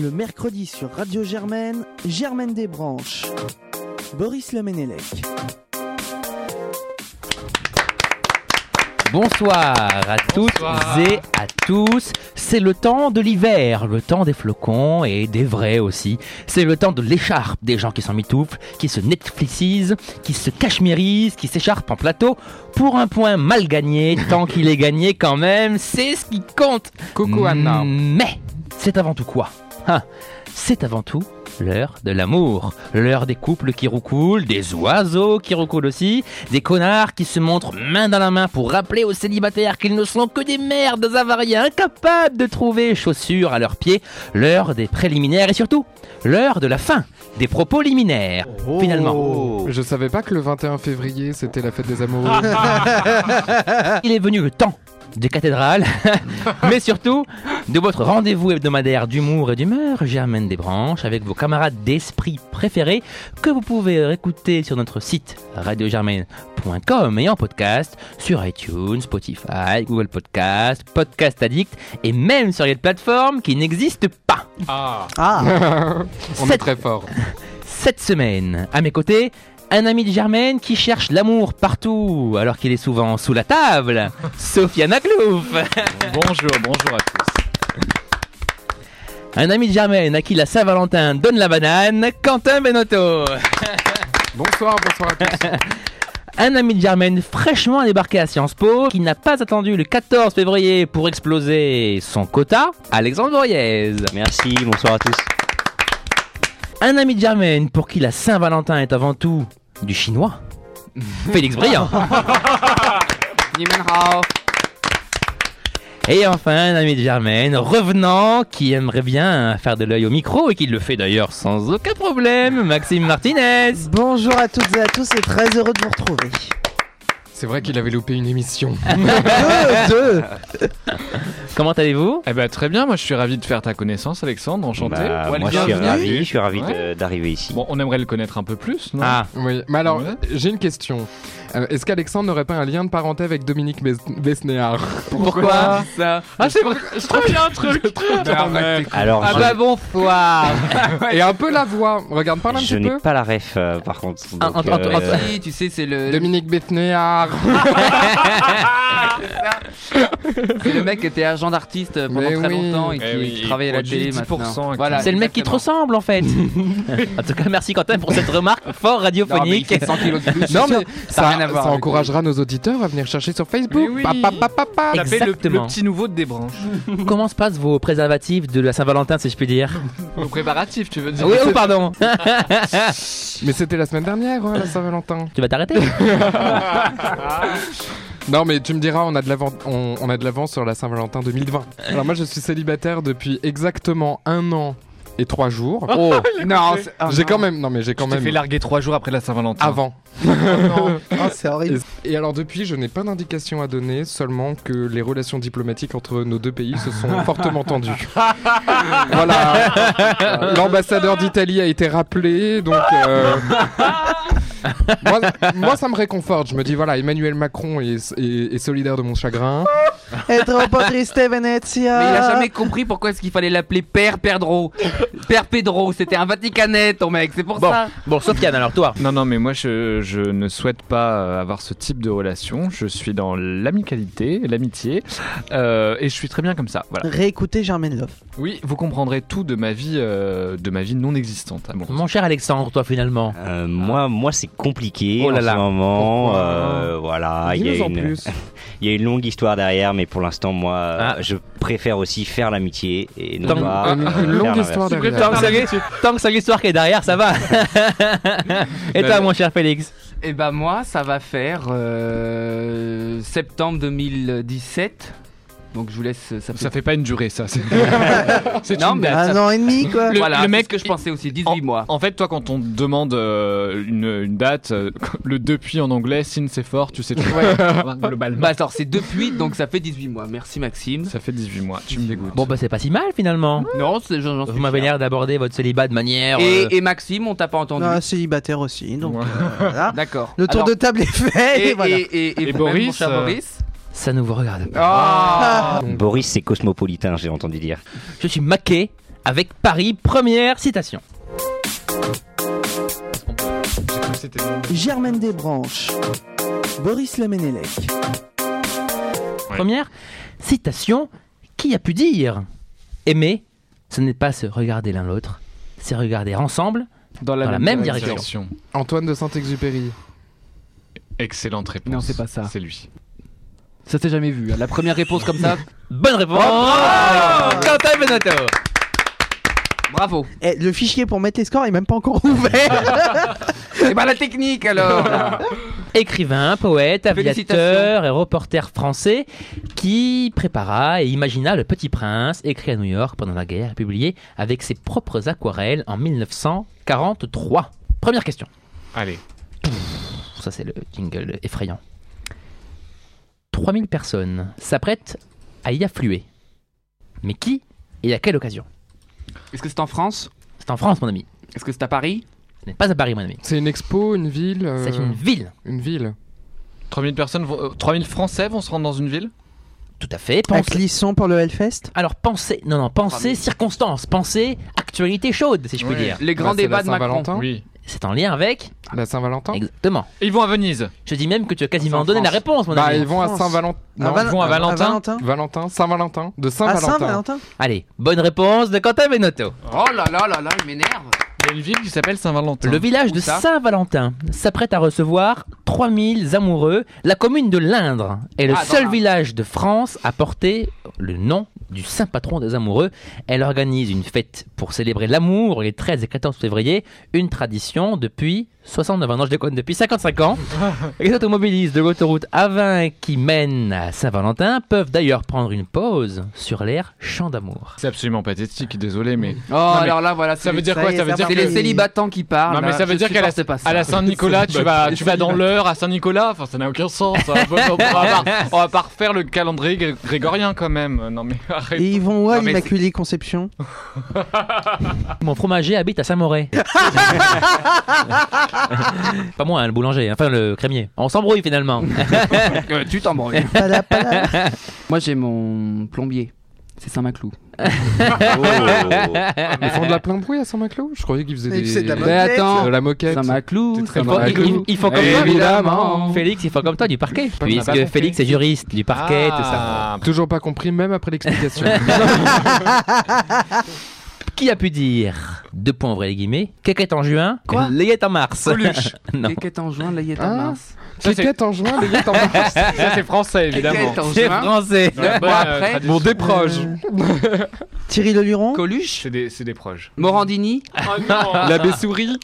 Le mercredi sur Radio Germaine, Germaine Desbranches. Boris Lemenelec. Bonsoir à toutes et à tous. C'est le temps de l'hiver, le temps des flocons et des vrais aussi. C'est le temps de l'écharpe, des gens qui s'emmitouflent, qui se Netflixisent, qui se cachemirisent, qui s'écharpent en plateau pour un point mal gagné, tant qu'il est gagné quand même, c'est ce qui compte. Coucou Anna. Mais c'est avant tout quoi ? C'est avant tout l'heure de l'amour, l'heure des couples qui roucoulent, des oiseaux qui roucoulent aussi, des connards qui se montrent main dans la main pour rappeler aux célibataires qu'ils ne sont que des merdes avariés incapables de trouver chaussures à leurs pieds, l'heure des préliminaires et surtout l'heure de la fin des propos liminaires, finalement. Je savais pas que le 21 février c'était la fête des amoureux. Il est venu le temps des cathédrales, mais surtout de votre rendez-vous hebdomadaire d'humour et d'humeur, Germaine Desbranches, avec vos camarades d'esprit préférés que vous pouvez écouter sur notre site radiogermaine.com et en podcast sur iTunes, Spotify, Google Podcast, Podcast Addict et même sur les plateformes qui n'existent pas. On est très fort. Cette semaine, à mes côtés, un ami de Germaine qui cherche l'amour partout, alors qu'il est souvent sous la table, Sofiane Aklouf. Bonjour à tous. Un ami de Germaine à qui la Saint-Valentin donne la banane, Quentin Benotto. Bonsoir à tous. Un ami de Germaine fraîchement débarqué à Sciences Po, qui n'a pas attendu le 14 février pour exploser son quota, Alexandre Bourriez. Merci, bonsoir à tous. Un ami de Germaine pour qui la Saint-Valentin est avant tout du chinois, Félix Briand. Et enfin, un ami de Germaine, revenant, qui aimerait bien faire de l'œil au micro et qui le fait d'ailleurs sans aucun problème, Maxime Martinez. Bonjour à toutes et à tous et très heureux de vous retrouver. C'est vrai qu'il avait loupé une émission. Deux. Comment allez-vous ? Eh ben très bien, moi je suis ravi de faire ta connaissance, Alexandre, enchanté. Moi je suis ravi d'arriver ici. Bon, on aimerait le connaître un peu plus, non ? Oui, mais alors Ouais. j'ai une question. Est-ce qu'Alexandre n'aurait pas un lien de parenté avec Dominique Besnéard? Pourquoi ça c'est vrai, je trouve qu'il y a un truc. Alors bonsoir. Et un peu la voix. Regarde, parle un je petit n'ai peu. pas la ref par contre. Donc, Si, tu sais, c'est le Dominique Besnéard. c'est le mec qui était agent d'artiste pendant Mais très oui. longtemps et qui travaille à la télé 10% maintenant. et Voilà, C'est le mec qui te ressemble en fait. En tout cas, merci Quentin pour cette remarque fort radiophonique. Non, mais il fait 100 kilos de plus. Non mais ça n'a rien à voir ça avec encouragera nos auditeurs à venir chercher sur Facebook. Mais oui. Exactement. Le petit nouveau de Desbranches. Comment se passent vos préservatifs de la Saint-Valentin, si je puis dire ? Au préparatif, tu veux dire. Oui, pardon. Mais c'était la semaine dernière, la Saint-Valentin. Tu vas t'arrêter ? Non mais tu me diras, on a de l'avance sur la Saint-Valentin 2020. Alors moi je suis célibataire depuis exactement 1 an et 3 jours. Oh. Non, J'ai quand même fait larguer 3 jours après la Saint-Valentin. avant. C'est horrible. Et alors depuis, je n'ai pas d'indication à donner, seulement que les relations diplomatiques entre nos deux pays se sont fortement tendues. Voilà. L'ambassadeur d'Italie a été rappelé, donc moi ça me réconforte. Je me dis voilà, Emmanuel Macron est solidaire de mon chagrin. Et troppo triste Venezia. Mais il a jamais compris pourquoi est-ce qu'il fallait l'appeler Père Pedro. Père Pedro, c'était un Vaticanais ton mec, c'est pour ça. Bon, Sofiane, alors toi ? Non, mais moi je ne souhaite pas avoir ce type de relation. Je suis dans l'amicalité, l'amitié, et je suis très bien comme ça. Voilà. Réécoutez Germaine Love. Oui, vous comprendrez tout de ma vie non existante, amoureuse. Mon cher Alexandre, toi finalement ? moi c'est compliqué Oh là en là. ce moment. Voilà, il Dis-nous en y plus. a une longue histoire derrière, mais pour l'instant moi je préfère aussi faire l'amitié et non pas Une faire longue l'inverse. histoire derrière. Tant que c'est l'histoire qui est derrière, ça va. Et toi, mon cher Félix ? Et bah moi, ça va faire septembre 2017. Donc je vous laisse. Ça fait pas une durée, ça. C'est Non, une mais date. 1 an et demi quoi. Voilà, le mec- c'est ce que je pensais aussi, 18 mois. En fait, toi, quand on te demande une date, le depuis en anglais, since c'est fort, tu sais tout. Globalement. Bah alors c'est depuis, donc ça fait 18 mois. Merci Maxime. Ça fait 18 mois, tu me dégoûtes. Bon, bah, c'est pas si mal finalement. Non, j'en suis Vous m'avez fier. l'air d'aborder votre célibat de manière. Et Maxime, on t'a pas entendu. Non, célibataire aussi. Donc Ouais. voilà. D'accord. Le tour Alors, de table est fait. Et, voilà. et vous-même, Boris, mon cher Boris. Ça ne vous regarde pas. Oh Boris c'est cosmopolitain, j'ai entendu dire. Je suis maqué avec Paris. Première citation. Germaine Desbranches, Boris Lemenelec. Ouais. Première citation. Qui a pu dire aimer, ce n'est pas se regarder l'un l'autre, c'est regarder ensemble Dans dans la même direction. Antoine de Saint-Exupéry. Excellente réponse. Non, c'est pas ça. C'est lui. Ça s'est jamais vu. La première réponse comme ça. Bonne réponse. Quentin Benotto. Bravo. Eh, le fichier pour mettre les scores est même pas encore ouvert. Et bah la technique alors. Écrivain, poète, Félicitations. aviateur et reporter français qui prépara et imagina Le Petit Prince, écrit à New York pendant la guerre et publié avec ses propres aquarelles en 1943. Première question. Allez. Ça, c'est le jingle effrayant. 3000 personnes s'apprêtent à y affluer. Mais qui et à quelle occasion? Est-ce que c'est en France? C'est en France, mon ami. Est-ce que c'est à Paris? Ce n'est pas à Paris, mon ami. C'est une expo, une ville C'est une ville. Une ville. 3000 personnes, 3000 Français vont se rendre dans une ville. Tout à fait. À Clisson pour le Hellfest. Alors, pensez... Non, pensez circonstances. Pensez actualité chaude, si je puis Ouais. dire. Les grands Bah, c'est débats la de Macron. Saint-Valentin. Oui. C'est en lien avec... La Saint-Valentin. Exactement. Ils vont à Venise. Je dis même que tu as quasiment en donné la France. réponse, mon Bah, ami. ils vont à France. Saint-Valentin. À Non, Val- ils vont à Valentin. Valentin, Saint-Valentin. De À Saint-Valentin. Saint-Valentin. Allez, bonne réponse de Quentin Benotto. Oh là là là là, il m'énerve. Il y a une ville qui s'appelle Saint-Valentin. Le village Où de ça Saint-Valentin s'apprête à recevoir 3000 amoureux. La commune de l'Indre est le Ah, seul dans- village de France à porter le nom du saint patron des amoureux. Elle organise une fête pour célébrer l'amour les 13 et 14 février, une tradition depuis 69 ans, non je déconne, depuis 55 ans. Les automobilistes de l'autoroute A20 qui mène à Saint-Valentin peuvent d'ailleurs prendre une pause sur l'air Chant d'amour. C'est absolument pathétique, désolé, mais. Oh, mais alors là, voilà, Ça veut dire ça quoi? y est, Ça veut ça dire part c'est que. les célibatants qui parlent. Non, mais là. ça veut Je dire qu'à la, supporte pas ça. à la Saint-Nicolas, tu vas dans l'heure à Saint-Nicolas. Enfin, ça n'a aucun sens. On va pas refaire le calendrier grégorien quand même. Non, mais arrête. Et ils vont où à Non, mais l'Immaculée Conception? Mon fromager habite à Saint-Moret. Pas moi, hein, le boulanger, enfin le crémier. On s'embrouille finalement. Tu t'embrouilles. Pala, pala. Moi, j'ai mon plombier. C'est Saint-Maclou. Ils font de la plein de bruit à Saint-Maclou. Je croyais qu'ils faisaient Mais des. c'est de la Mais moquette. attends, de la moquette. Saint-Maclou, Il faut, Saint-Maclou. il faut comme toi, Évidemment. Félix, il faut comme toi du parquet. pas Puisque compris. Félix est juriste du parquet, tout ça. Ah, Toujours pas compris, même après l'explication. Qui a pu dire, deux points ouvrez les guillemets, Kékette en juin, Quoi Layette en mars. Non, Kékette en juin, Layette en Ah. mars. Kékette en juin, les gars, en mars. ça c'est français évidemment. Kékette en c'est juin. français. Neuf mois après, Bon, des proches. Thierry Leluron. Coluche, C'est des proches. Morandini. L'abbé Souris.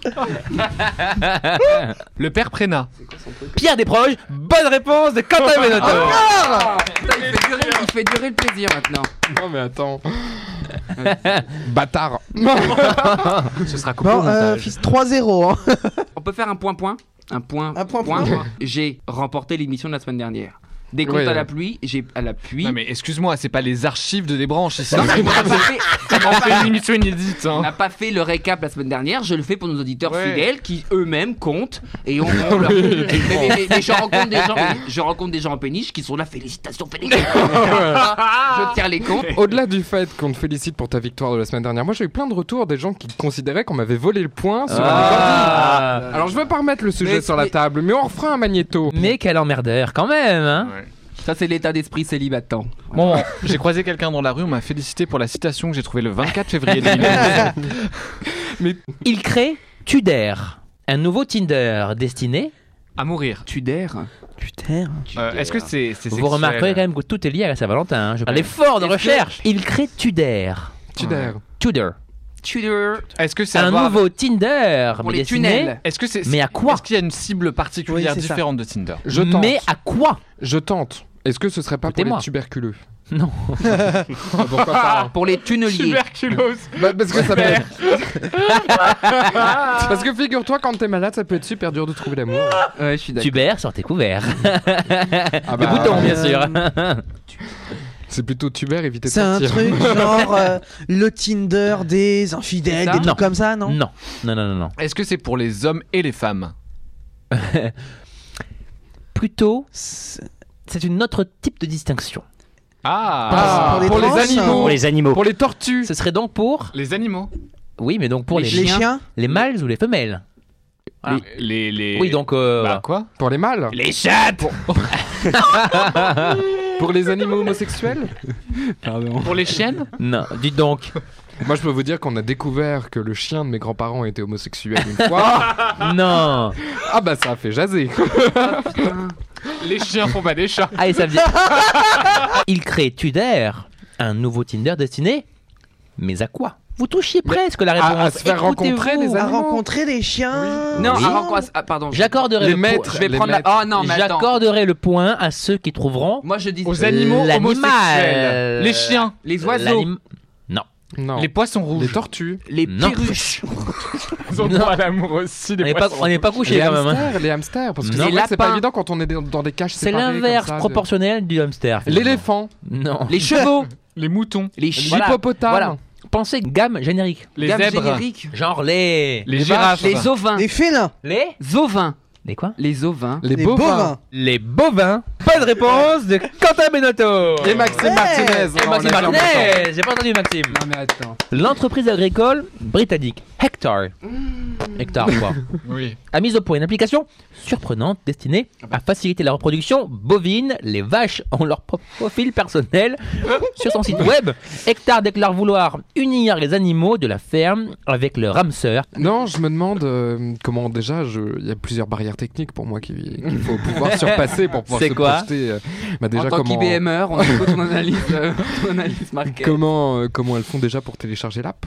Le père Prénat. Pierre Desproges, bonne réponse de Quentin Benotto. Putain, il fait durer le plaisir maintenant. Non, mais attends. Bâtard. Ce sera coupé Bon, au montage. 3-0. Hein. On peut faire un point-point. Un point. Un point. J'ai remporté l'émission de la semaine dernière. Des comptes Ouais. à la pluie, j'ai à la pluie. Non mais excuse-moi, c'est pas les archives de Desbranches ici. Non, mais on n'a pas fait- On fait une émission inédite. on Hein. n'a pas fait le récap la semaine dernière, je le fais pour nos auditeurs Ouais. fidèles qui eux-mêmes comptent et on leur... mais je rencontre des gens en péniche qui sont là, félicitations Félix. Je tiens les comptes. Au-delà du fait qu'on te félicite pour ta victoire de la semaine dernière, moi j'ai eu plein de retours des gens qui considéraient qu'on m'avait volé le point sur Ah. Alors je veux pas remettre le sujet Mais- sur la table, mais on refera un magnéto. Mais quel emmerdeur quand même, hein. Ouais. Ça c'est l'état d'esprit célibatant. Bon, j'ai croisé quelqu'un dans la rue, on m'a félicité pour la citation que j'ai trouvée le 24 février 2012. Il crée Tuder, un nouveau Tinder destiné. À mourir. Tudor. Putain. Est-ce que c'est Vous sexuel? remarquerez quand même que tout est lié à la Saint-Valentin. Hein. L'effort de Est-ce que- recherche. Il crée Tuder. Tudor. Tudor. Tudor. Est-ce que c'est à Un voir nouveau Tinder. Pour mais les destiné- tunnels. Est-ce que c'est Mais à quoi? Est-ce qu'il y a une cible particulière Oui, c'est ça. différente de Tinder? Je tente. Mais à quoi? Je tente. Est-ce que ce serait pas pour Écoutez-moi. les tuberculeux? Non. Ah, pourquoi pas? Pour les tunneliers. Tuberculose. Bah, parce que ça peut être... Parce que figure-toi, quand t'es malade, ça peut être super dur de trouver l'amour. Ouais, je suis d'accord. Tuber, sortez couvert. Ah Le bouton, bien euh, sûr. C'est plutôt tuber, éviter de C'est un sortir. truc genre le Tinder des infidèles, C'est ça des Non. trucs comme ça, non? Non. Non. Est-ce que c'est pour les hommes et les femmes? Plutôt, c'est une autre type de distinction. Pour les trans, animaux. Pour les animaux. Pour les tortues. Ce serait donc pour... Les animaux. Oui, mais donc pour les Les chiens. les mâles ou les femelles? Voilà. Les... Oui, donc... Bah, quoi? Pour les mâles. Les chattes. Pour les animaux homosexuels. Pour les chiennes? Non, dites donc. Moi, je peux vous dire qu'on a découvert que le chien de mes grands-parents était homosexuel une fois. Non. Ah bah ça a fait jaser. Les chiens font pas des chats. Allez, ça veut dire... Il crée Tuder, un nouveau Tinder destiné... Mais à quoi? Vous touchiez presque la réponse. à se faire rencontrer Écoutez-vous. des À animaux. rencontrer les chiens. Non, Oui. avant quoi pardon. J'accorderai Les le maîtres. point. Je vais les prendre la. maîtres. Oh non, mais attends. J'accorderai le point à ceux qui trouveront Moi je dis Aux animaux l'animal. homosexuels. Les chiens. les oiseaux, Non. Non. Les poissons rouges. Les tortues. les Non. perruches, Ils ont droit à l'amour aussi, les poissons. On n'est pas couché Les quand même. Hein. hamsters, les hamsters. Parce que Non. c'est vrai que c'est pas lapins. évident quand on est dans des cages C'est séparées. l'inverse comme ça, proportionnel du hamster. finalement. L'éléphant. Non. les chevaux, Les moutons. les Voilà. L'hippopotame. Voilà. Pensez gamme générique. Les gammes zèbres. génériques, Genre les Girafes. les ovins, Les félins. les ovins, les quoi? les ovins. Les Les bovins. bovins. Les bovins. Bonne réponse de Quentin Benotto. Et Maxime Ouais. Martinez. Et On Maxime a dit en même temps. Martinez. J'ai pas entendu Maxime. Non mais attends. L'entreprise agricole britannique Hector. Hector quoi? Oui. A mis au point une application surprenante destinée à faciliter la reproduction bovine. Les vaches ont leur propre profil personnel sur son site web. Hector déclare vouloir unir les animaux de la ferme avec le ramseur. Non, je me demande comment déjà, il y a plusieurs barrières techniques pour moi qu'il faut pouvoir surpasser pour pouvoir C'est se quoi projeter. Déjà, En tant comment, qu'IBMer, on écoute ton analyse, market. comment elles font déjà pour télécharger l'app.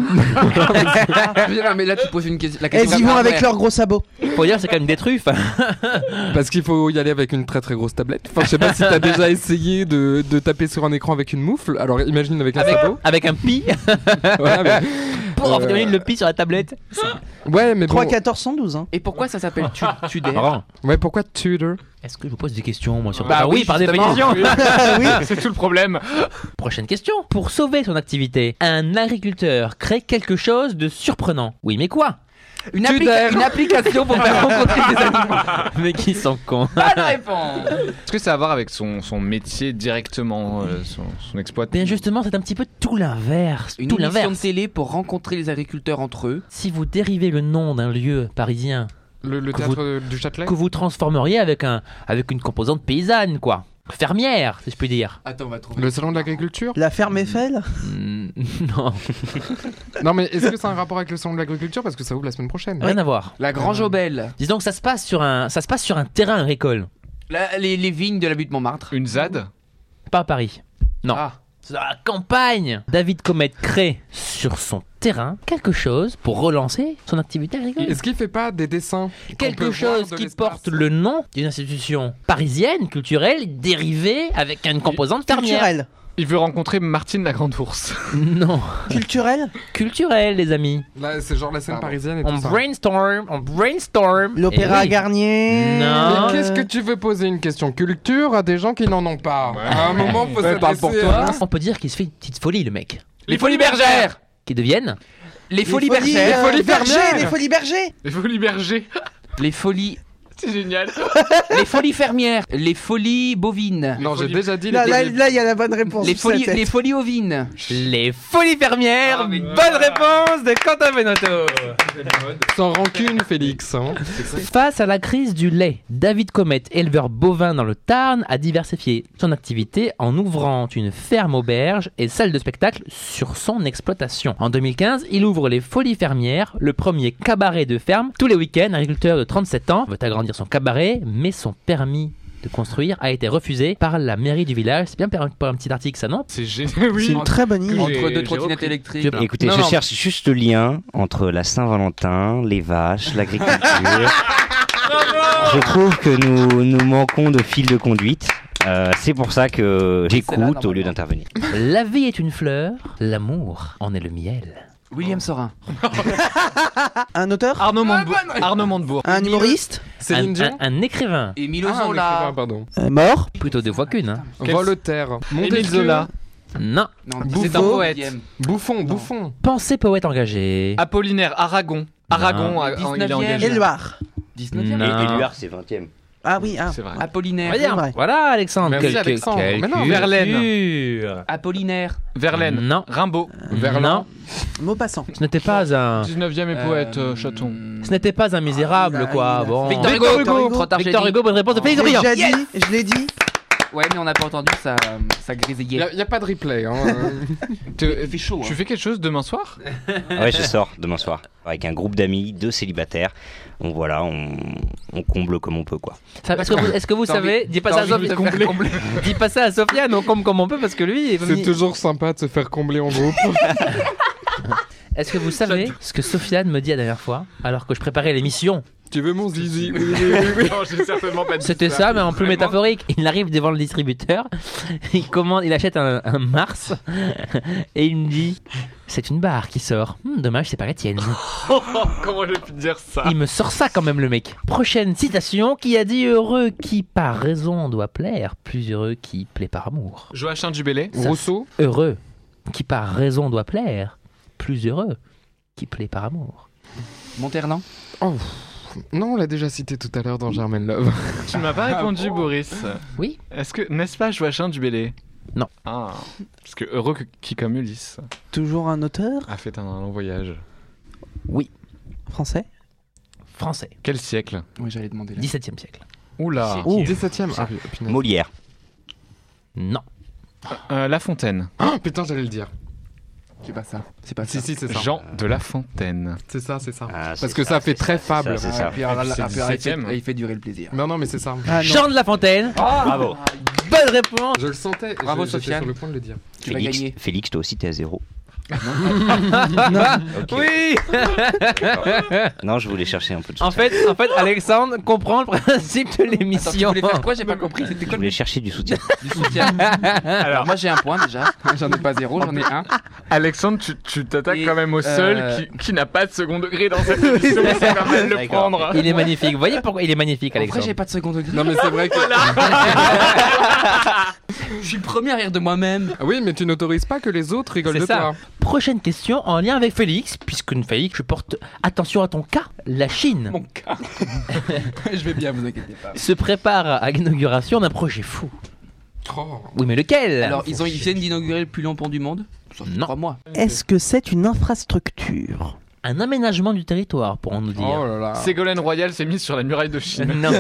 Non, mais là tu poses la question. Elles y vont avec hardware. leurs gros sabots. Faut dire c'est quand même des truffes. Parce qu'il faut y aller avec une très très grosse tablette. Enfin, je sais pas si t'as déjà essayé de taper sur un écran avec une moufle. Alors imagine avec un sabot. Avec un pi. Voilà, mais- Pour imagine le pi sur la tablette. Ouais, mais bon. 3, 14, 112. Hein. Et pourquoi ça s'appelle Tuder? Ouais, pourquoi Tudor? Est-ce que je vous pose des questions moi sur Bah Ah oui, par justement. définition. oui. C'est tout le problème. Prochaine question. Pour sauver son activité, un agriculteur crée quelque chose de surprenant. Oui, mais quoi? Une application pour faire rencontrer des animaux. Mais qui sont cons. Bonne réponse. Est-ce que ça a à voir avec son métier directement, son exploit? Bien justement, c'est un petit peu tout l'inverse. Une Tout émission de l'inverse. télé pour rencontrer les agriculteurs entre eux. Si vous dérivez le nom d'un lieu parisien Le Que théâtre du Châtelet? que vous transformeriez avec une composante paysanne, quoi. Fermière, si je puis dire. Attends, on va trouver. Le salon de l'agriculture? La ferme Eiffel. Non, Non, mais est-ce que c'est un rapport avec le salon de l'agriculture? Parce que ça ouvre la semaine prochaine. rien à voir. La Grange Aubel. Disons que ça se passe sur un terrain agricole, Les vignes de la butte Montmartre. Une ZAD? pas à Paris. Non. Ah. C'est dans la campagne. David Comet crée sur son terrain quelque chose pour relancer son activité agricole. Est-ce qu'il fait pas des dessins? qu'on peut Quelque voir chose de qui l'espace? porte le nom d'une institution parisienne, culturelle, dérivée avec une composante fermière. Culturel. Il veut rencontrer Martine la Grande Ourse. Non. Culturel. Culturel, les amis. Là, c'est genre la scène parisienne et On tout ça. brainstorm. L'opéra Eh oui. Garnier. Non. Mais qu'est-ce que tu veux poser une question culture à des gens qui n'en ont pas? À un moment, faut Ouais, parle s'adresser pour toi. à- On peut dire qu'il se fait une petite folie, le mec. Les folies bergères. Qui deviennent Les folies bergères. Les folies bergers. fermières. Les folies bergers. Les folies bergers. Les folies. C'est génial. Les folies fermières. Les folies bovines. Non, j'ai déjà dit Là, les il y a la bonne réponse. Les sur sa folies, tête. les folies ovines. les folies fermières. Ah, mais- Bonne réponse de Quentin Benotto. Sans rancune, Félix. Hein. Face à la crise du lait, David Comet, éleveur bovin dans le Tarn, a diversifié son activité en ouvrant une ferme auberge et salle de spectacle sur son exploitation. En 2015, il ouvre les Folies Fermières, le premier cabaret de ferme. Tous les week-ends, un agriculteur de 37 ans veut agrandir son cabaret, mais son permis de construire a été refusé par la mairie du village. C'est bien pour un petit article, ça, non? C'est génial. C'est Oui. une très bonne idée. J'ai- Entre deux j'ai trottinettes repris. électriques. Écoutez, Non, je non. cherche juste le lien entre la Saint-Valentin, les vaches, l'agriculture. Je trouve que nous manquons de fil de conduite. C'est pour ça que j'écoute là, au normalement. lieu d'intervenir. La vie est une fleur, l'amour en est le miel. William Sorin. Un auteur. Arnaud Montebourg. Arnaud Montebourg. Un humoriste. Céline Dion. Un écrivain, Et Milo Ah, un Zola. écrivain, pardon. Mort. plutôt deux fois qu'une. Hein. Voltaire. Émile Montesquieu. Zola. Non. Non, Bouffon. c'est un poète. Bouffon, Bouffon. Pensez poète engagé. Apollinaire. Aragon. Aragon, il est 19e. engagé. Éluard. 19e. Non. Éluard, c'est 20ème. Ah oui, ah. C'est vrai. Apollinaire. Voyons. vrai. Voilà, Alexandre. Merci, Alexandre. Mais non, Verlaine. Apollinaire. Verlaine. Non. Rimbaud. Non, Maupassant. ce n'était pas un. 19e et poète, chaton. Ce n'était pas un misérable, quoi. Bon. Victor Hugo. Trop tard, j'ai Victor dit. Hugo, bonne réponse de Félix Je l'ai Briand. déjà dit, je l'ai dit. Ouais, mais on n'a pas entendu, ça grésillait. Il n'y a pas de replay. Hein. Il fait chaud. Tu fais quelque chose demain soir? Ouais, je sors demain soir avec un groupe d'amis, 2 célibataires. On comble comme on peut, quoi. Ça, est-ce que vous T'as savez, envie- dis pas t'as ça à envie de Sofiane. te faire combler. Dis pas ça à Sofiane, on comble comme on peut parce que lui. C'est toujours sympa de se faire combler en groupe. Est-ce que vous savez ce que Sofiane me dit la dernière fois alors que je préparais l'émission? Tu veux mon zizi? Non, j'ai certainement pas dit C'était ça, mais en plus Vraiment métaphorique. Il arrive devant le distributeur, il achète un Mars et il me dit c'est une barre qui sort. Dommage, c'est pas la tienne. Comment j'ai pu dire ça? Il me sort ça quand même, le mec. Prochaine citation, qui a dit heureux qui par raison doit plaire, plus heureux qui plaît par amour. Joachim Dubélé. Rousseau? Heureux qui par raison doit plaire, plus heureux qui plaît par amour. Monterland. Oh. Non, on l'a déjà cité tout à l'heure dans Germaine Love. Tu m'as pas répondu, Boris. Oui. N'est-ce pas Joachim Dubélé? Non. Ah, parce que heureux qui comme Ulysse Toujours un auteur a fait un long voyage. français. Français. Quel siècle? Oui, j'allais demander là. 17e siècle. Oula. 17ème. Ah, punaise. Molière. Non. La Fontaine. Oh, putain, j'allais le dire. C'est pas ça. C'est pas ça. Si, c'est ça. Jean de La Fontaine. C'est ça, c'est ça. Ah, c'est Parce que ça fait très fable. C'est ça. Puis alors là, C'est après, 17e. il fait durer le plaisir. Non, mais c'est ça. Ah, non. Jean de La Fontaine. Bravo. Bonne réponse. Je le sentais. Bravo, J'étais Sofiane. sur le point de le dire. Tu vas gagner. Félix, toi aussi, t'es à 0. Ok. Oui. Non, je voulais chercher un peu de soutien. En fait, Alexandre comprend le principe de Attends, tu l'émission. voulais faire quoi? J'ai pas compris. C'était Je quoi voulais chercher du soutien. du soutien? Alors, moi j'ai un point déjà. J'en ai pas 0, j'en ai 1. Alexandre, tu t'attaques Et, quand même au seul qui n'a pas de second degré dans cette émission. Ça va mal le D'accord. prendre. Il est magnifique. Vous voyez pourquoi il est magnifique, En vrai, Alexandre? j'ai pas de second degré. Non, mais c'est vrai que. Je suis le premier à rire de moi-même. Ah oui, mais tu n'autorises pas que les autres rigolent C'est de ça. toi. Prochaine question en lien avec Félix, puisque Félix, je porte attention à ton cas. La Chine Mon cas. Je vais bien, vous inquiétez pas. se prépare à l'inauguration d'un projet fou. Oh. Oui, mais lequel? Alors, ils viennent d'inaugurer le plus long pont du monde. Ça fait Non. 3 mois. Est-ce que c'est une infrastructure? Un aménagement du territoire, pour nous dire. Oh là là. Ségolène Royal s'est mise sur la muraille de Chine. Non.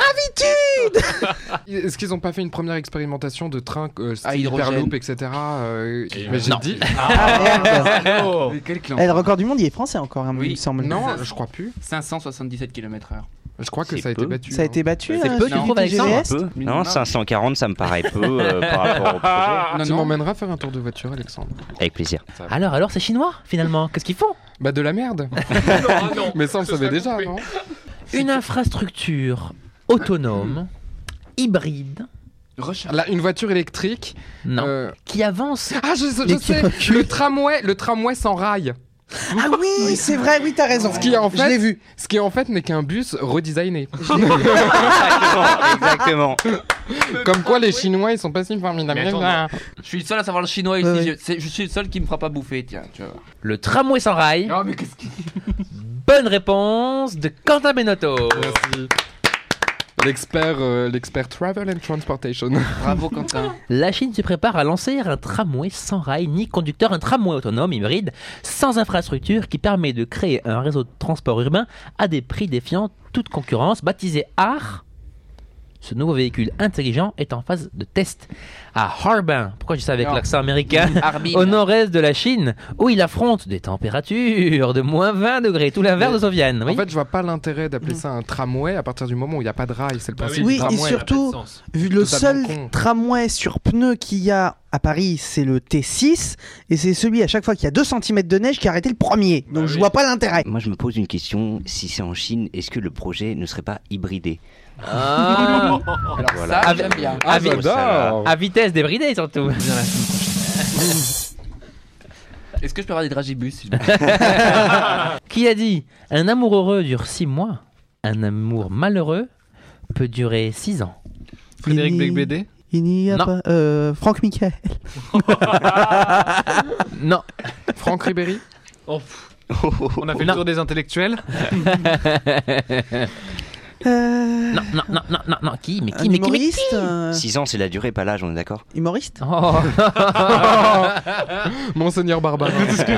Est-ce qu'ils n'ont pas fait une première expérimentation de train style hydrogène. Hyperloop, etc. Mais j'ai Non. dit. Ah, merde. Oh. Mais quel clan. Eh, le record du monde, il est français encore, hein, Oui. il me semble. Non, je crois plus. 577 km/h. Je crois que C'est ça a été peu. battu. Ça a hein. été battu. C'est peu, tu celui trouves, du Alexandre? TGS? Peu Minimum. Non, 540, ça me paraît peu par rapport au projet. Non, Tu non. m'emmèneras faire un tour de voiture, Alexandre. Avec plaisir. Alors, c'est chinois, finalement. Qu'est-ce qu'ils font? Bah de la merde. non. Mais ça on le savait déjà, non? Une infrastructure autonome, hybride, Là, une voiture électrique. non, qui avance. Ah, je Mais qui sais. recule. Le tramway sans rail. Ah oui, c'est vrai, oui, t'as raison. Ce qui en Je l'ai fait, vu. ce qui en fait n'est qu'un bus redesigné. Exactement. Comme quoi les Chinois ils sont pas si formidables. Mais attends, Ah. Je suis le seul à savoir le chinois Ouais, ici. Je suis le seul qui me fera pas bouffer, tiens. Tu vois. Le tramway sans rail. Non, mais qu'est-ce qui. Bonne réponse de Quentin Benotto. Merci. L'expert Travel and Transportation. Bravo, Quentin. La Chine se prépare à lancer un tramway sans rail ni conducteur, un tramway autonome hybride sans infrastructure qui permet de créer un réseau de transport urbain à des prix défiant toute concurrence. Baptisé AR, ce nouveau véhicule intelligent est en phase de test à Harbin. Pourquoi je dis ça avec Non. l'accent américain? Harbin. Au nord-est de la Chine, où il affronte des températures de moins 20 degrés, tout l'inverse de Sofiane. Oui. En fait, je vois pas l'intérêt d'appeler ça un tramway à partir du moment où il n'y a pas de rail. C'est le principe oui, du et tramway. surtout, vu le Totalement seul con. tramway sur pneus qu'il y a à Paris, c'est le T6, et c'est celui à chaque fois qu'il y a 2 cm de neige qui a arrêté le premier. Donc je vois pas l'intérêt. Moi, je me pose une question. Si c'est en Chine, est-ce que le projet ne serait pas hybridé? Ah. Alors, Voilà. ça, j'aime bien. Ah, vi- j'adore. À vitesse débridée surtout. Est-ce que je peux avoir des dragibus s'il vous plaît? Qui a dit un amour heureux dure 6 mois, un amour malheureux peut durer 6 ans. Frédéric Il n'y- Becbédé. Il n'y a Non. pas. Franck Michael. Non. Franck Ribéry. On a fait le tour des intellectuels. Non. Qui Mais Un qui humoriste 6 ans, c'est la durée, pas l'âge, on est d'accord? Humoriste Oh. Monseigneur Barbara.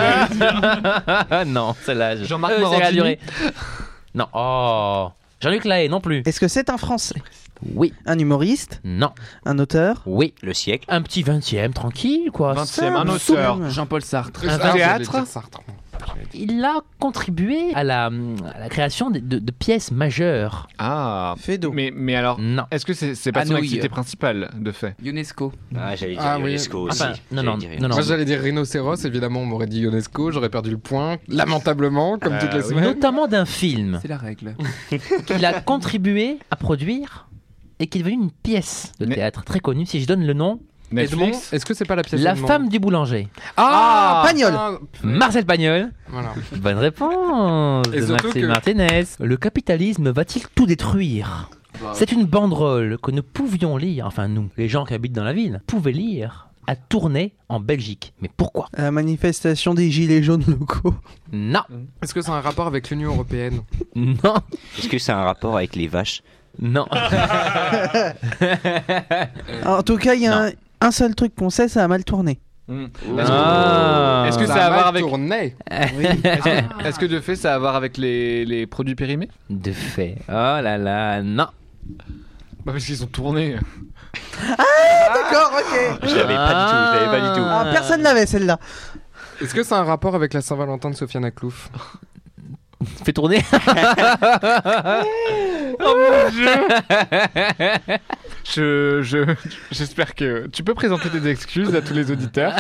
Non, c'est l'âge. Jean-Marc C'est la Morandini. durée. Non. Oh. Jean-Luc Lahaye non plus. Est-ce que c'est un Français? Oui. Un humoriste? Non. Un auteur? Oui. Le siècle. Un petit 20e, tranquille, quoi. 20e, un Simple, auteur. souple. Jean-Paul Sartre. Un Ah, théâtre. j'allais dire Sartre. Il a contribué à la création de pièces majeures. Ah. Fédo. Mais alors, Non. est-ce que c'est pas son Anouilh. activité principale, de fait? UNESCO. Ah, j'allais dire Ah, oui. UNESCO aussi. Enfin, non, J'allais non, dire non, Moi j'allais dire rhinocéros, évidemment on m'aurait dit UNESCO, j'aurais perdu le point, lamentablement, comme toutes les semaines. Notamment d'un film C'est la règle. qu'il a contribué à produire et qui est devenu une pièce de Mais- théâtre très connue. Si je donne le nom, Edmond, Netflix. est-ce que c'est pas la pièce La d'Edmond femme du boulanger. Ah, Pagnol. Marcel Pagnol. Voilà. Bonne réponse Et de surtout Maxime que- Martinez. Le capitalisme va-t-il tout détruire? C'est une banderole que nous pouvions lire, enfin nous, les gens qui habitent dans la ville, pouvaient lire à Tournai en Belgique. Mais pourquoi? La manifestation des gilets jaunes locaux. Non, Est-ce que c'est un rapport avec l'Union Européenne? non, Est-ce que c'est un rapport avec les vaches? non. En tout cas, il y a un seul truc qu'on sait, ça a mal tourné. Ah. Est-ce que ça a à mal voir avec tourné. Est-ce que de fait ça a à voir avec les produits périmés? De fait. Oh là là, non. Bah parce qu'ils ont tourné. D'accord, ok. Je l'avais pas du tout. Ah, personne l'avait celle-là. Est-ce que c'est un rapport avec la Saint-Valentin de Sofiane Aklouf? Fais tourner. J'espère que tu peux présenter des excuses à tous les auditeurs.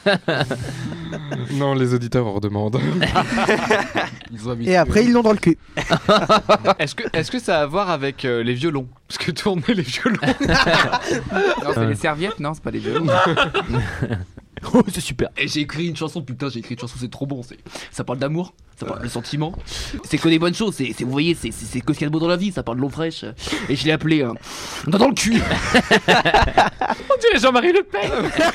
Non, les auditeurs en redemandent. Ils ont habitué. Et après, ils l'ont dans le cul. Est-ce que ça a à voir avec les violons? Parce que tourner les violons. Non, c'est les serviettes, non, c'est pas les violons. Oh, c'est super. Et j'ai écrit une chanson, putain, j'ai écrit une chanson, c'est trop bon. Ça parle d'amour, ça parle de sentiments. C'est que des bonnes choses, vous voyez, c'est que ce qu'il y a de beau dans la vie, ça parle de l'eau fraîche. Et je l'ai appelé dans le cul. On dirait Jean-Marie Le Pen.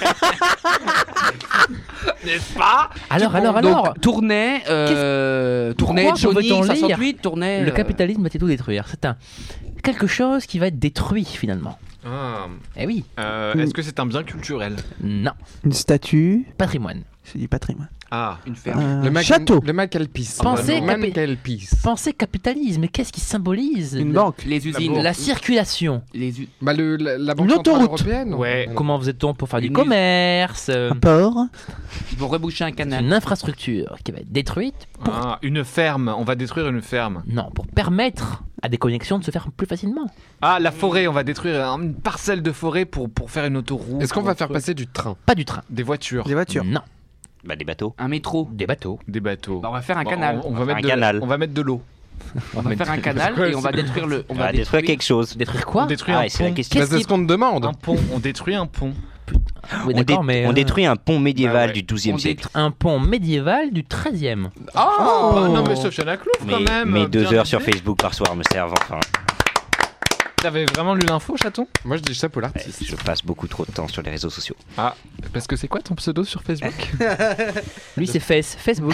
N'est-ce pas? Alors. Donc, Tournai, Pourquoi Johnny, peut-on lire 68, Tournai. Le capitalisme va-t-il tout détruire? C'est quelque chose qui va être détruit finalement. Eh oui. Est-ce que c'est un bien culturel? Non. Une statue. Patrimoine. C'est du patrimoine. Ah. Une ferme. Un château. Le Macalpis. Pensez Le Macalpis. Pensez capitalisme. Qu'est-ce qui symbolise Une banque. Les usines. La circulation. Bah, la Banque Une Centrale autoroute. Européenne. Ouais. Comment faisait-on pour faire du Une commerce? Un port. Ils vont reboucher un C'est canal. une infrastructure qui va être détruite. Ah, une ferme. On va détruire une ferme. Non, pour permettre à des connexions de se faire plus facilement. Ah, la forêt. On va détruire une parcelle de forêt pour faire une autoroute. Est-ce qu'on va faire pour- passer du train? Pas du train. des voitures? Des voitures. Non. Bah, des bateaux. Un métro. Des bateaux. Des bateaux. Bah, on va faire un Bon, canal. On va faire mettre un de canal. On va mettre de l'eau. On va faire un canal et on va détruire le. On va détruire quelque chose. Détruire quoi? On détruit Ah, un et c'est la pont. question. Bah, c'est ce qu'on te demande. Un pont. On détruit un pont. Oui, On, d'accord, mais on détruit un pont médiéval Bah ouais. du XIIe On siècle. un pont médiéval du XIIIe. Oh, Bah, non mais Sofiane Aklouf quand même. Mais 2 bien heures sur aidé. Facebook par soir me servent enfin. T'avais vraiment lu l'info, chaton? Moi je dis chapeau l'artiste. Je passe beaucoup trop de temps sur les réseaux sociaux. Ah, parce que c'est quoi ton pseudo sur Facebook? Lui, c'est Facebook.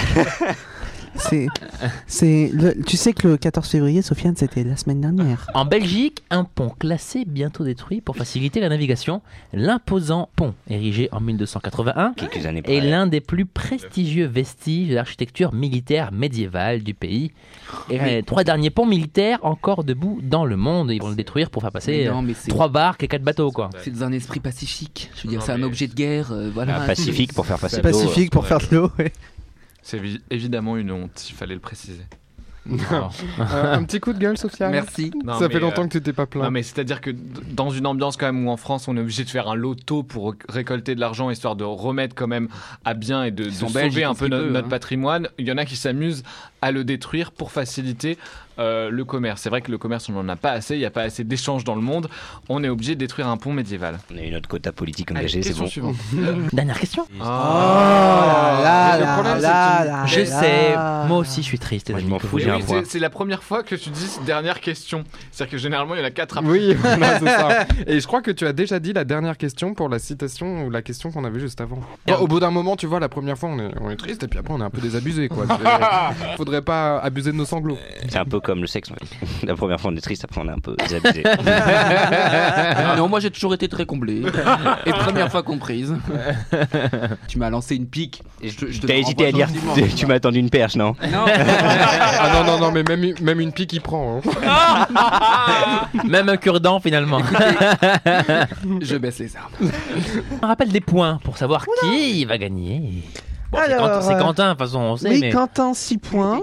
Tu sais que le 14 février, Sofiane, c'était la semaine dernière. En Belgique, un pont classé bientôt détruit pour faciliter la navigation. L'imposant pont, érigé en 1281, Quelques années est près. l'un des plus prestigieux vestiges de l'architecture militaire médiévale du pays. Et les 3 derniers ponts militaires encore debout dans le monde. Ils vont le détruire pour faire passer Mais non, mais c'est 3 barques et 4 bateaux, quoi. c'est dans un esprit pacifique. Je veux dire, Non, c'est un mais- objet de guerre. Voilà. Un Pacifique pour faire passer de l'eau. Pacifique pour faire de l'eau, ouais. C'est évidemment une honte, il fallait le préciser. Un petit coup de gueule, Sofiane. Merci. Non, Ça mais, fait longtemps que tu t'es pas Non plaint. mais c'est-à-dire que dans une ambiance quand même où en France on est obligé de faire un loto pour récolter de l'argent histoire de remettre quand même à bien et de sont belges, sauver ils un font ce peu qu'ils peuvent, notre hein. patrimoine, il y en a qui s'amusent à le détruire pour faciliter le commerce. C'est vrai que le commerce on n'en a pas assez, il n'y a pas assez d'échanges dans le monde, on est obligé de détruire un pont médiéval. On a eu notre quota politique Allez, engagé, c'est question bon. suivante. Dernière question. Oh là mais le là problème, là c'est là Je là. sais, moi aussi je suis triste, les Moi, je amis, m'en que fous, vous j'ai un dites. point. C'est la première fois que tu dis dernière question. C'est-à-dire que généralement il y en a 4 après. Oui, voilà, c'est ça. Et je crois que tu as déjà dit la dernière question pour la citation ou la question qu'on avait juste avant. Au bout d'un moment, tu vois, la première fois, on est triste et puis après, on est un peu désabusé, quoi. Faudrait pas abuser de nos sanglots. C'est un peu comme le sexe. En fait. La première fois on est triste, après on est un peu désabusé. Non, moi j'ai toujours été très comblé. Et première fois comprise. Tu m'as lancé une pique. Et je te T'as le hésité à renvoie dire gentiment. tu m'as tendu une perche, non? Non. Ah non, mais même une pique il prend. Hein. Même un cure-dent finalement. Je baisse les armes. On rappelle des points pour savoir qui va gagner. Bon, c'est Alors, C'est Quentin, de toute façon, on sait. Oui, mais... Quentin, 6 points.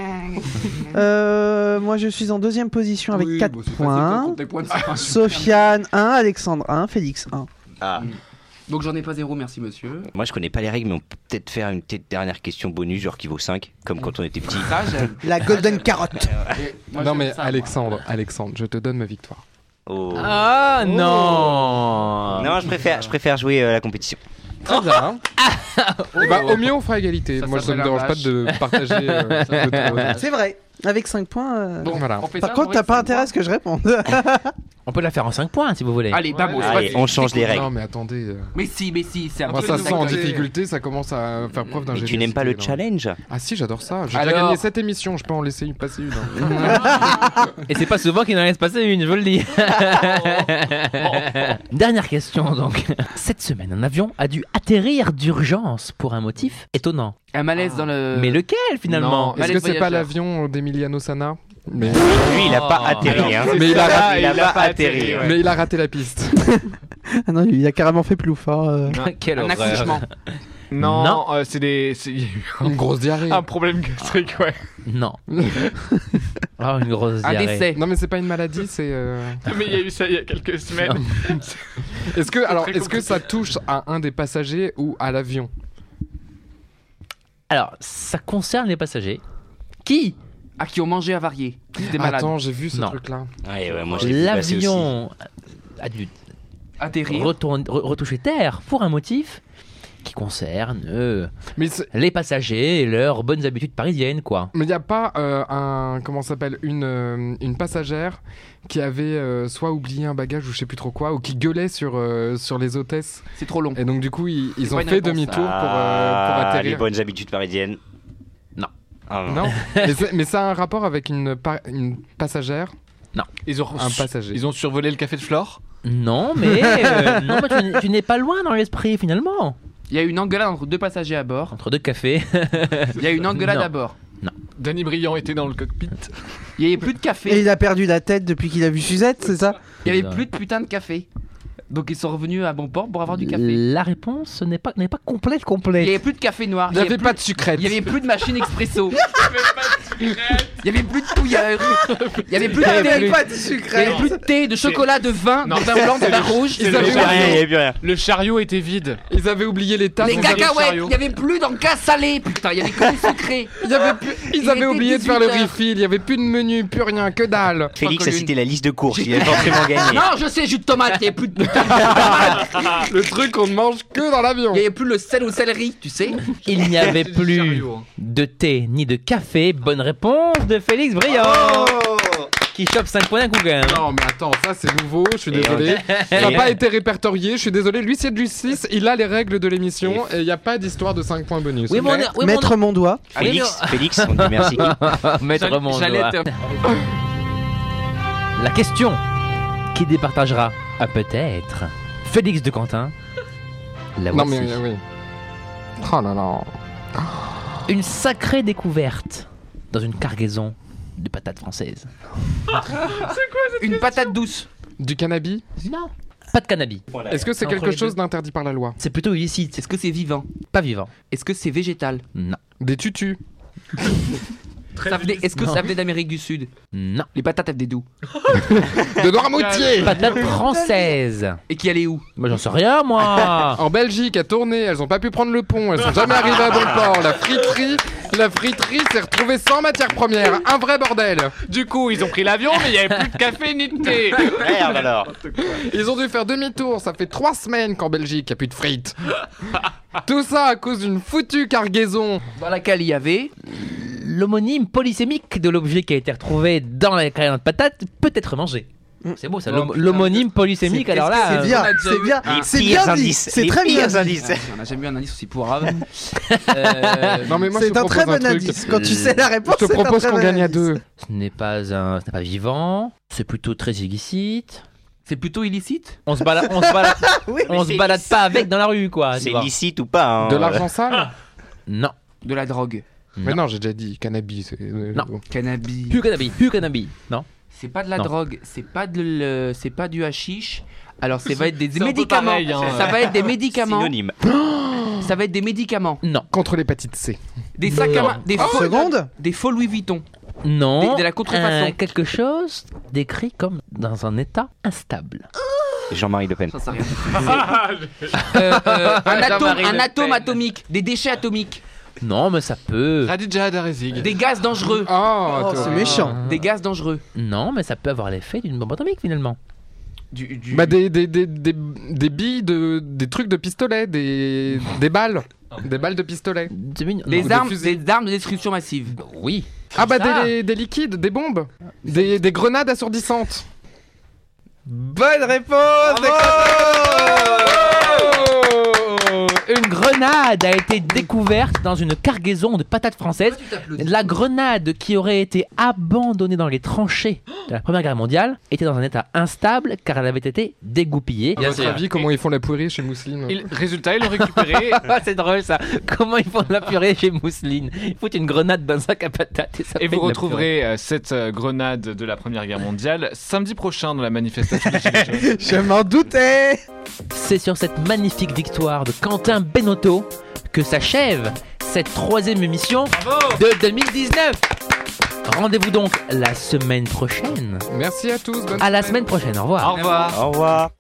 Moi, je suis en deuxième position avec 4 points. Sofiane, 1. Alexandre, 1. Félix, 1. Ah. Donc j'en ai pas 0, merci monsieur. Moi je connais pas les règles, mais on peut peut-être faire une petite dernière question bonus, genre qui vaut 5, comme quand on était petit. Ça, j'aime. La Golden Carotte. Moi, Non j'aime mais ça, Alexandre, je te donne ma victoire. Oh. Ah non. Non, je préfère jouer la compétition. Très bien. Et bah, au mieux on fera égalité. Ça Moi ça s'appelle me un dérange pas match. de partager. C'est vrai. Avec 5 points. Bon, Voilà. on fait Par ça, contre, on t'as fait pas ça, intérêt à moi. ce que je réponde. On peut la faire en 5 points si vous voulez. Allez, vamos, Allez, vas-y. on change les règles. Non mais attendez. Mais si, c'est un Moi peu ça une se sent en activité. difficulté, ça commence à faire preuve Mais d'ingéniosité. tu n'aimes pas le là. challenge? Ah si, j'adore ça. J'ai Alors déjà gagné cette émission, je peux en laisser passer une. Hein. Et c'est pas souvent qu'il en laisse passer une, je vous le dis. Dernière question donc. Cette semaine, un avion a dû atterrir d'urgence pour un motif étonnant. Un malaise dans le. Mais lequel finalement? Non, est-ce Allez, que c'est pas voyageur. l'avion d'Emiliano Sana? Mais... Lui, il a pas atterri, hein. Mais il a raté, il a pas atterri. mais il a raté la piste. Ah non, il a carrément fait plouf. Hein. Quelle Un horreur. accouchement. Non, Non. c'est il y a eu Une grosse diarrhée. un problème gastrique, ouais. Non. Oh, une grosse Un diarrhée. décès. Non mais c'est pas une maladie, c'est. Mais il y a eu ça il y a quelques semaines. Est-ce que ça touche à un des passagers ou à l'avion? Alors, ça concerne les passagers. Qui? Ah, qui ont mangé avarié. Des malades. Attends, j'ai vu ce Non. truc-là. Ouais, moi je l'ai vu passer aussi. L'avion a dû Atterrir. retoucher terre pour un motif qui concerne Mais les passagers et leurs bonnes habitudes parisiennes, quoi. il n'y a pas comment ça s'appelle, une passagère qui avait soit oublié un bagage ou je sais plus trop quoi, ou qui gueulait sur les hôtesses. C'est trop long. Et donc du coup ils C'est ont pas une fait réponse. demi-tour pour Ah, les atterrir. bonnes habitudes parisiennes. Non. Ah, Non. mais ça a un rapport avec une passagère, Ils ont un passager. Ils ont survolé le café de Flore. Non, mais, non, mais tu n'es pas loin dans l'esprit, finalement. Il y a eu une engueulade entre deux passagers à bord. Entre deux cafés. Il y a eu une engueulade Non. à bord. Danny Briand était dans le cockpit. Il y avait plus de Et café. il a perdu la tête depuis qu'il a vu Suzette, c'est ça? Il y avait plus de putain de café. Donc ils sont revenus à bon port pour avoir du café. La réponse n'est pas complète. Il y avait plus de café noir. Il n'y avait plus pas de sucrète. Il y avait plus de machine expresso. Il y avait plus de touilleur. Il y avait plus de thé. de Il y avait plus de thé, de chocolat, de vin, Non, de vin blanc, de vin rouge. Ils le avaient, Il y avait plus rien. Le chariot était vide. ils avaient oublié les tasses. Les Ils ont cacahuètes. chariot. Il y avait plus d'encas salé. Putain, il y avait que du sucré. Ils Il avaient était oublié de faire le 18 heures. refill. Il n'y avait plus de menu, plus rien, que dalle. Félix a Colline. cité la liste de courses, il a forcément gagné. Non, je sais, jus de tomate. Il y avait plus de putain de jus de tomate. Le truc qu'on ne mange que dans l'avion. Il y avait plus le sel au céleri, tu sais. Il n'y avait C'est du plus chariot, hein. de thé ni de café. Bonne réponse de Félix Briand. Qui chope 5 points d'un coup, quand même. Non mais attends, ça c'est nouveau, je suis Et désolé. Ça n'a et- pas été répertorié, je suis désolé. L'huissier de justice, il a les règles de l'émission et il n'y a pas d'histoire de 5 points bonus. Oui, mais on est- oui, mais on est- Maître mon doigt. Félix, on dit merci. Maître mon J'allais doigt. te- La question qui départagera peut-être Félix de Quentin. La Non voici. mais oui. Oh là là. Une sacrée découverte dans une cargaison de patates françaises. Une patate douce. Du cannabis. Non. Pas de cannabis. Est-ce que c'est Entre quelque les chose deux. d'interdit par la loi? C'est plutôt illicite. Est-ce que c'est vivant? Pas vivant. Est-ce que c'est végétal? Non. Des tutus. Est-ce que ça venait d'Amérique du Sud? Non. Les patates elles venaient d'où? De Noirmoutier. Patates françaises. Et qui allaient où? Moi j'en sais rien moi. En Belgique, à tourner, elles ont pas pu prendre le pont, elles sont jamais arrivées à bon port. La friterie s'est retrouvée sans matière première. Un vrai bordel. Du coup, ils ont pris l'avion, mais il n'y avait plus de café ni de thé. Merde alors. Ils ont dû faire demi-tour, ça fait 3 semaines qu'en Belgique, il n'y a plus de frites. Tout ça à cause d'une foutue cargaison. Dans laquelle il y avait. L'homonyme polysémique de l'objet qui a été retrouvé dans la carrière de patates peut être mangé. C'est beau ça, l'homonyme polysémique. Alors là, C'est bien, c'est bien, c'est bien dit. C'est très bien dit. indices. On a jamais eu un indice aussi pourrave. Non, mais moi, je te C'est un très propose bon truc. indice. Quand tu sais la réponse, Je te c'est un propose très qu'on bon gagne à indice. 2. ce n'est pas vivant, c'est plutôt très illicite. C'est plutôt illicite. On se balade Oui, on se balade pas avec dans la rue quoi. C'est tu vois. licite ou pas hein, De l'argent sale Non. De la drogue. Mais non, j'ai déjà dit cannabis. Non. Cannabis. Plus cannabis. Non. C'est pas de la Non. drogue. C'est pas du hashish. Alors ça va être des C'est un peu médicaments. pareil, hein. Ça va être des médicaments. Synonyme. Ça va être des médicaments. Non. Contre l'hépatite C. Des sacs à main. Des faux. Seconde. Des faux Louis Vuitton. Non. De la contrefaçon. Quelque chose décrit comme dans un état instable. Jean-Marie Le Pen. Ça sert à rien. Jean-Marie Un Le atome Pen. atomique. Des déchets atomiques. Non, mais ça peut. Radija Darezig. Des gaz dangereux. Oh, c'est méchant. Des gaz dangereux. Non, mais ça peut avoir l'effet d'une bombe atomique finalement. Bah, des billes, des trucs de pistolet, des balles. Des balles de pistolet. C'est mignon. Des Non. armes, fusils. des armes de destruction massive. Oui. Ah bah ça. des liquides, des bombes, des grenades assourdissantes. Bonne réponse. Une grenade a été découverte dans une cargaison de patates françaises. La grenade qui aurait été abandonnée dans les tranchées de la Première Guerre mondiale était dans un état instable car elle avait été dégoupillée. À votre avis, comment ils font la purée chez Mousseline Résultat, ils l'ont récupéré. C'est drôle ça. Comment ils font de la purée chez Mousseline? Ils foutent une grenade dans un sac à patates et ça Et fait vous de la retrouverez cette grenade de la Première Guerre mondiale samedi prochain dans la manifestation des Gilets jaunes. Je m'en doutais. C'est sur cette magnifique victoire de Quentin Benotto que s'achève cette 3e émission de 2019. Rendez-vous donc la semaine prochaine. Merci à tous, bonne À la semaine. semaine prochaine, au revoir. Au revoir. Au revoir.